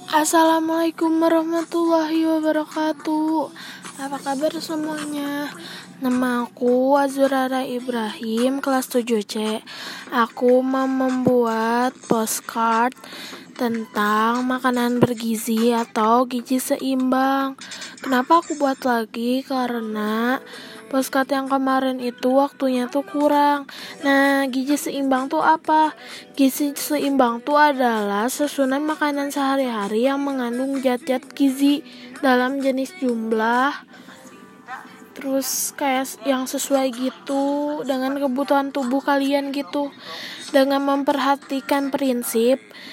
Assalamualaikum warahmatullahi wabarakatuh. Apa kabar semuanya? Nama aku Azurara Ibrahim, kelas 7C. Aku mau membuat postcard tentang makanan bergizi atau gizi seimbang. Kenapa aku buat lagi? Karena postcard yang kemarin itu waktunya tuh kurang. Nah, gizi seimbang tuh apa? Gizi seimbang tuh adalah susunan makanan sehari-hari yang mengandung zat-zat gizi dalam jenis jumlah, terus kayak yang sesuai gitu dengan kebutuhan tubuh kalian gitu, dengan memperhatikan prinsip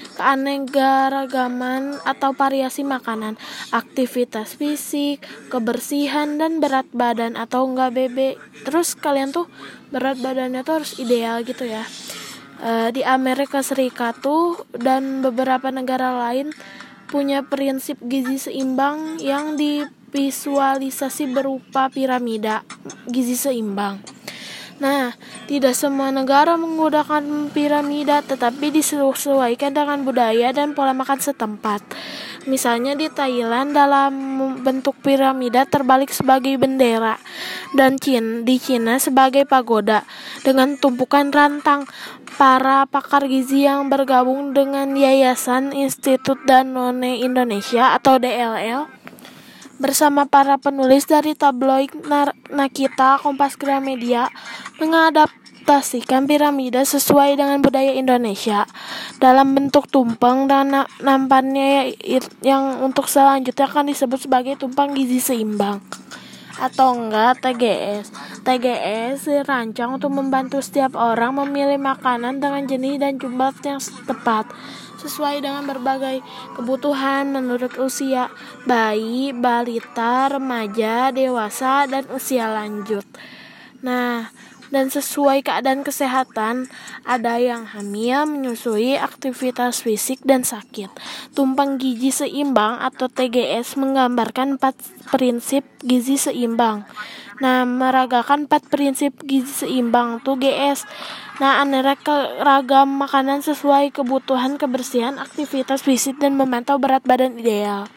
keanekaragaman atau variasi makanan, aktivitas fisik, kebersihan, dan berat badan atau enggak BB. Terus kalian tuh berat badannya tuh harus ideal gitu ya. Di Amerika Serikat tuh dan beberapa negara lain punya prinsip gizi seimbang yang divisualisasi berupa piramida gizi seimbang. Nah, tidak semua negara menggunakan piramida, tetapi disesuaikan dengan budaya dan pola makan setempat. Misalnya di Thailand dalam bentuk piramida terbalik sebagai bendera, dan di Cina sebagai pagoda dengan tumpukan rantang. Para pakar gizi yang bergabung dengan Yayasan Institut Danone Indonesia atau DLL bersama para penulis dari tabloid Nakita, Kompas, Gramedia mengadaptasikan piramida sesuai dengan budaya Indonesia dalam bentuk tumpeng, dan nampannya yang untuk selanjutnya akan disebut sebagai tumpeng gizi seimbang atau enggak TGS. TGS dirancang untuk membantu setiap orang memilih makanan dengan jenis dan jumlah yang tepat sesuai dengan berbagai kebutuhan menurut usia bayi, balita, remaja, dewasa, dan usia lanjut. Nah, dan sesuai keadaan kesehatan, ada yang hamil, menyusui, aktivitas fisik, dan sakit. Tumpeng gizi seimbang atau TGS menggambarkan 4 prinsip gizi seimbang. Nah, meragakan 4 prinsip gizi seimbang tuh GS. Nah, aneka ragam makanan sesuai kebutuhan, kebersihan, aktivitas fisik, dan memantau berat badan ideal.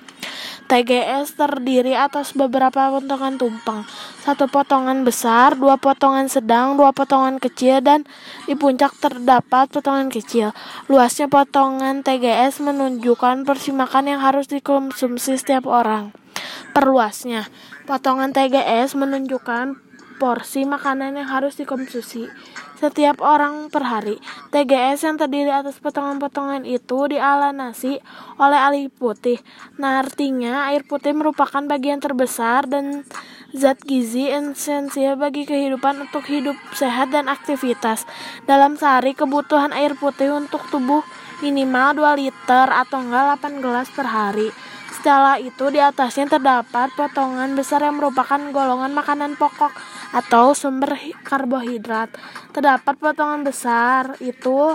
TGS terdiri atas beberapa potongan tumpeng, 1 potongan besar, 2 potongan sedang, 2 potongan kecil, dan di puncak terdapat potongan kecil. Luasnya potongan TGS menunjukkan porsi makan yang harus dikonsumsi setiap orang. Perluasnya, potongan TGS menunjukkan porsi makanan yang harus dikonsumsi setiap orang per hari. TGS yang terdiri atas potongan-potongan itu dialanasi oleh air putih. Nah, artinya air putih merupakan bagian terbesar dan zat gizi esensial bagi kehidupan untuk hidup sehat dan aktivitas. Dalam sehari, kebutuhan air putih untuk tubuh minimal 2 liter atau enggak 8 gelas per hari. Setelah itu di atasnya terdapat potongan besar yang merupakan golongan makanan pokok atau sumber karbohidrat. Terdapat potongan besar itu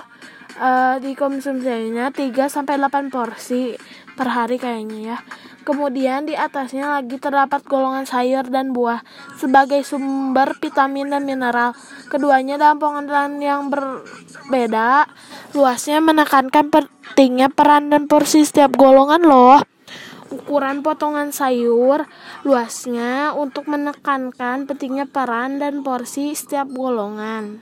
dikonsumsinya 3-8 porsi per hari kayaknya ya. Kemudian di atasnya lagi terdapat golongan sayur dan buah sebagai sumber vitamin dan mineral. Keduanya dalam pengertian yang berbeda. Luasnya menekankan pentingnya peran dan porsi setiap golongan loh. Ukuran potongan sayur luasnya untuk menekankan pentingnya peran dan porsi setiap golongan.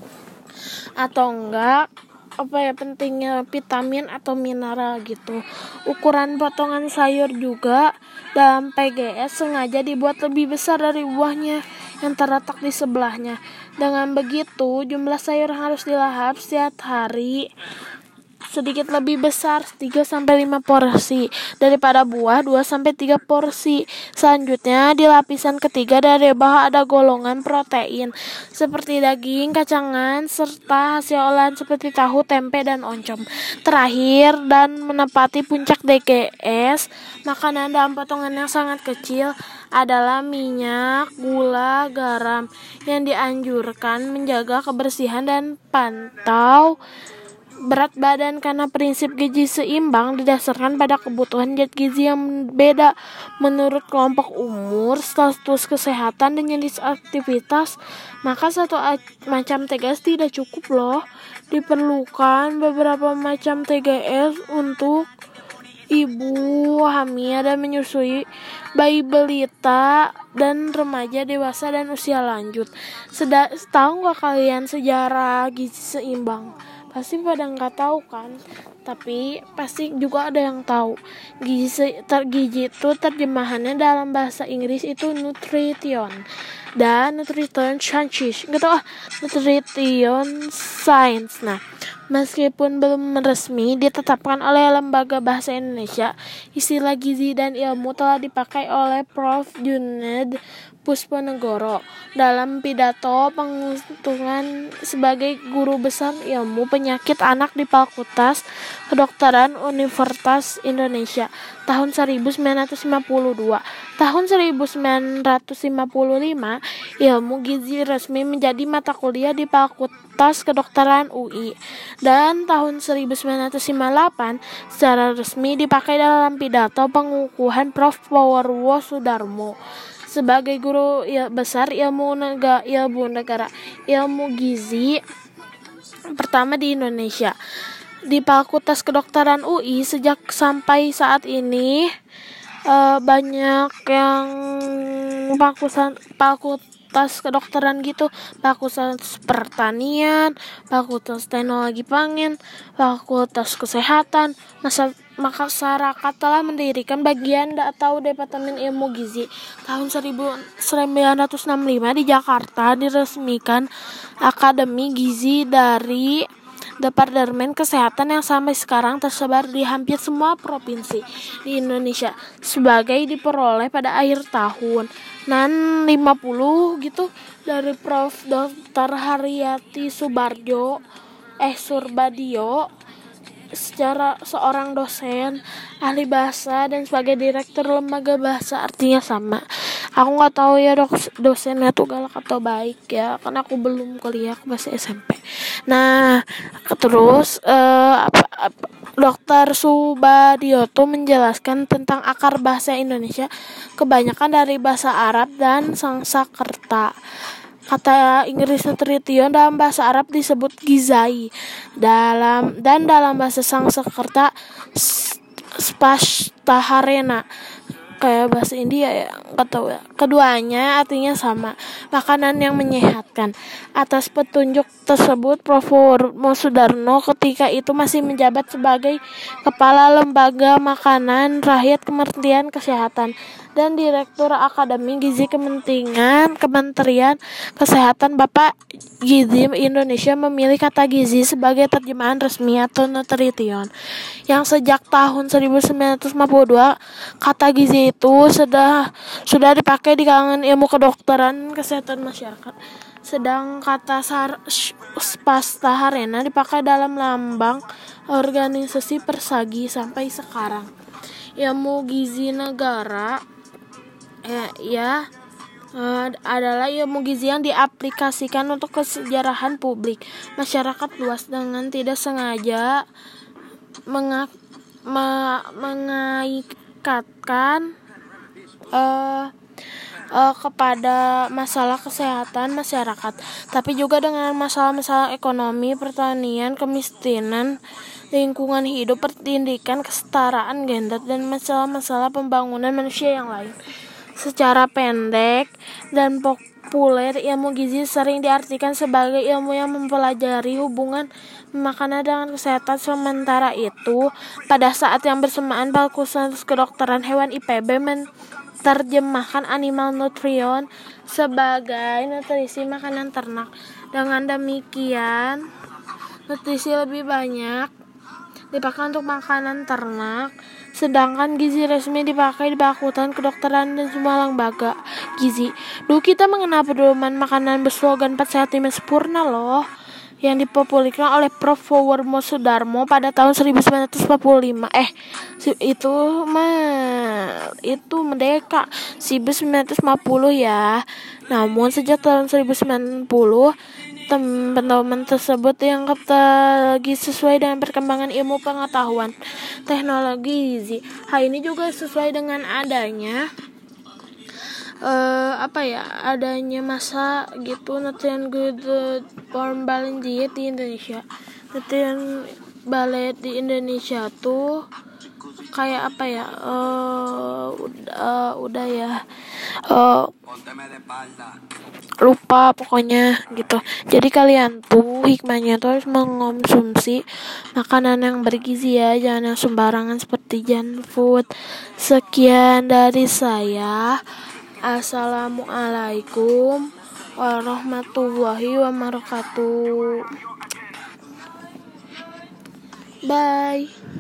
Atau enggak pentingnya vitamin atau mineral gitu. Ukuran potongan sayur juga dalam PGS sengaja dibuat lebih besar dari buahnya yang terletak di sebelahnya. Dengan begitu, jumlah sayur yang harus dilahap setiap hari sedikit lebih besar 3-5 porsi daripada buah 2-3 porsi. Selanjutnya di lapisan ketiga dari bawah ada golongan protein seperti daging, kacangan, serta hasil olahan seperti tahu, tempe, dan oncom. Terakhir dan menepati puncak DGS, makanan dalam potongan yang sangat kecil adalah minyak, gula, garam yang dianjurkan menjaga kebersihan dan pantau berat badan karena prinsip gizi seimbang didasarkan pada kebutuhan zat gizi yang beda menurut kelompok umur, status kesehatan, dan jenis aktivitas. Maka satu macam TGS tidak cukup loh. Diperlukan beberapa macam TGS untuk ibu hamil dan menyusui, bayi balita dan remaja, dewasa dan usia lanjut. Tahu nggak kalian sejarah gizi seimbang? Pasti pada nggak tahu kan? Tapi pasti juga ada yang tahu. Gizi itu terjemahannya dalam bahasa Inggris itu nutrition dan nutrition science. Nggak tahu nutrition science. Nah, meskipun belum resmi ditetapkan oleh Lembaga Bahasa Indonesia, istilah gizi dan ilmu telah dipakai oleh Prof. Junaid Pusponegoro dalam pidato pengutungan sebagai guru besar ilmu penyakit anak di Fakultas Kedokteran Universitas Indonesia tahun 1952. Tahun 1955, ilmu gizi resmi menjadi mata kuliah di Fakultas Kedokteran UI. Dan tahun 1958 secara resmi dipakai dalam pidato pengukuhan Prof. Purwo Sudarmo sebagai guru besar ilmu gizi pertama di Indonesia di Fakultas Kedokteran UI. Sejak sampai saat ini banyak yang fakultas kedokteran gitu, fakultas pertanian, fakultas teknologi pangan, fakultas kesehatan. Masyarakat telah mendirikan bagian atau Departemen Ilmu Gizi. Tahun 1965 di Jakarta diresmikan Akademi Gizi dari Departemen Kesehatan yang sampai sekarang tersebar di hampir semua provinsi di Indonesia sebagai diperoleh pada akhir tahun 50 gitu dari Prof. Dr. Haryati Surbadio seorang dosen ahli bahasa dan sebagai direktur lembaga bahasa. Artinya sama. Aku nggak tahu ya dosennya tuh galak atau baik ya, karena aku belum kuliah, aku masih SMP. Nah, terus Dr. Subadio tuh menjelaskan tentang akar bahasa Indonesia kebanyakan dari bahasa Arab dan Sanskerta. Kata Inggris nutrition dalam bahasa Arab disebut gizai, dalam bahasa Sanskerta spastaharena, kayak bahasa India ya, nggak tahu ya. Keduanya artinya sama, makanan yang menyehatkan. Atas petunjuk tersebut, Prof. Purwo Sudarmo ketika itu masih menjabat sebagai Kepala Lembaga Makanan Rakyat Kementerian Kesehatan dan Direktur Akademi Gizi Kementerian Kesehatan. Bapak Gizi Indonesia memilih kata gizi sebagai terjemahan resmi atau nutrition, yang sejak tahun 1952 kata gizi itu sudah dipakai di kalangan ilmu kedokteran kesehatan masyarakat. Sedang kata spastaharena dipakai dalam lambang organisasi Persagi sampai sekarang. Ilmu gizi negara adalah ilmu gizi yang diaplikasikan untuk kesejahteraan publik masyarakat luas dengan tidak sengaja mengaitkan kepada masalah kesehatan masyarakat, tapi juga dengan masalah-masalah ekonomi, pertanian, kemiskinan, lingkungan hidup, pendidikan, kesetaraan gender, dan masalah-masalah pembangunan manusia yang lain. Secara pendek dan populer, ilmu gizi sering diartikan sebagai ilmu yang mempelajari hubungan makanan dengan kesehatan. Sementara itu, pada saat yang bersamaan, Fakultas Kedokteran Hewan IPB menerjemahkan animal nutrition sebagai nutrisi makanan ternak. Dengan demikian, nutrisi lebih banyak dipakai untuk makanan ternak, sedangkan gizi resmi dipakai di Fakultas Kedokteran dan semua lembaga gizi. Dulu kita mengenal pedoman makanan berslogan 4 sehat 5 sempurna loh, yang dipopulerkan oleh Prof. Purwo Sudarmo pada tahun 1945. Itu merdeka 1950 ya. Namun sejak tahun 1990 pedoman tersebut dianggap lagi sesuai dengan perkembangan ilmu pengetahuan teknologi gizi. Hal ini juga sesuai dengan adanya adanya masa gitu Nutrient Good Form Balance Diet di Indonesia. Nutrient Balance di Indonesia tuh kayak apa ya, udah ya, lupa pokoknya gitu. Jadi kalian tuh hikmahnya tuh harus mengonsumsi makanan yang bergizi ya, jangan yang sembarangan seperti junk food. Sekian dari saya. Assalamualaikum warahmatullahi wabarakatuh. Bye.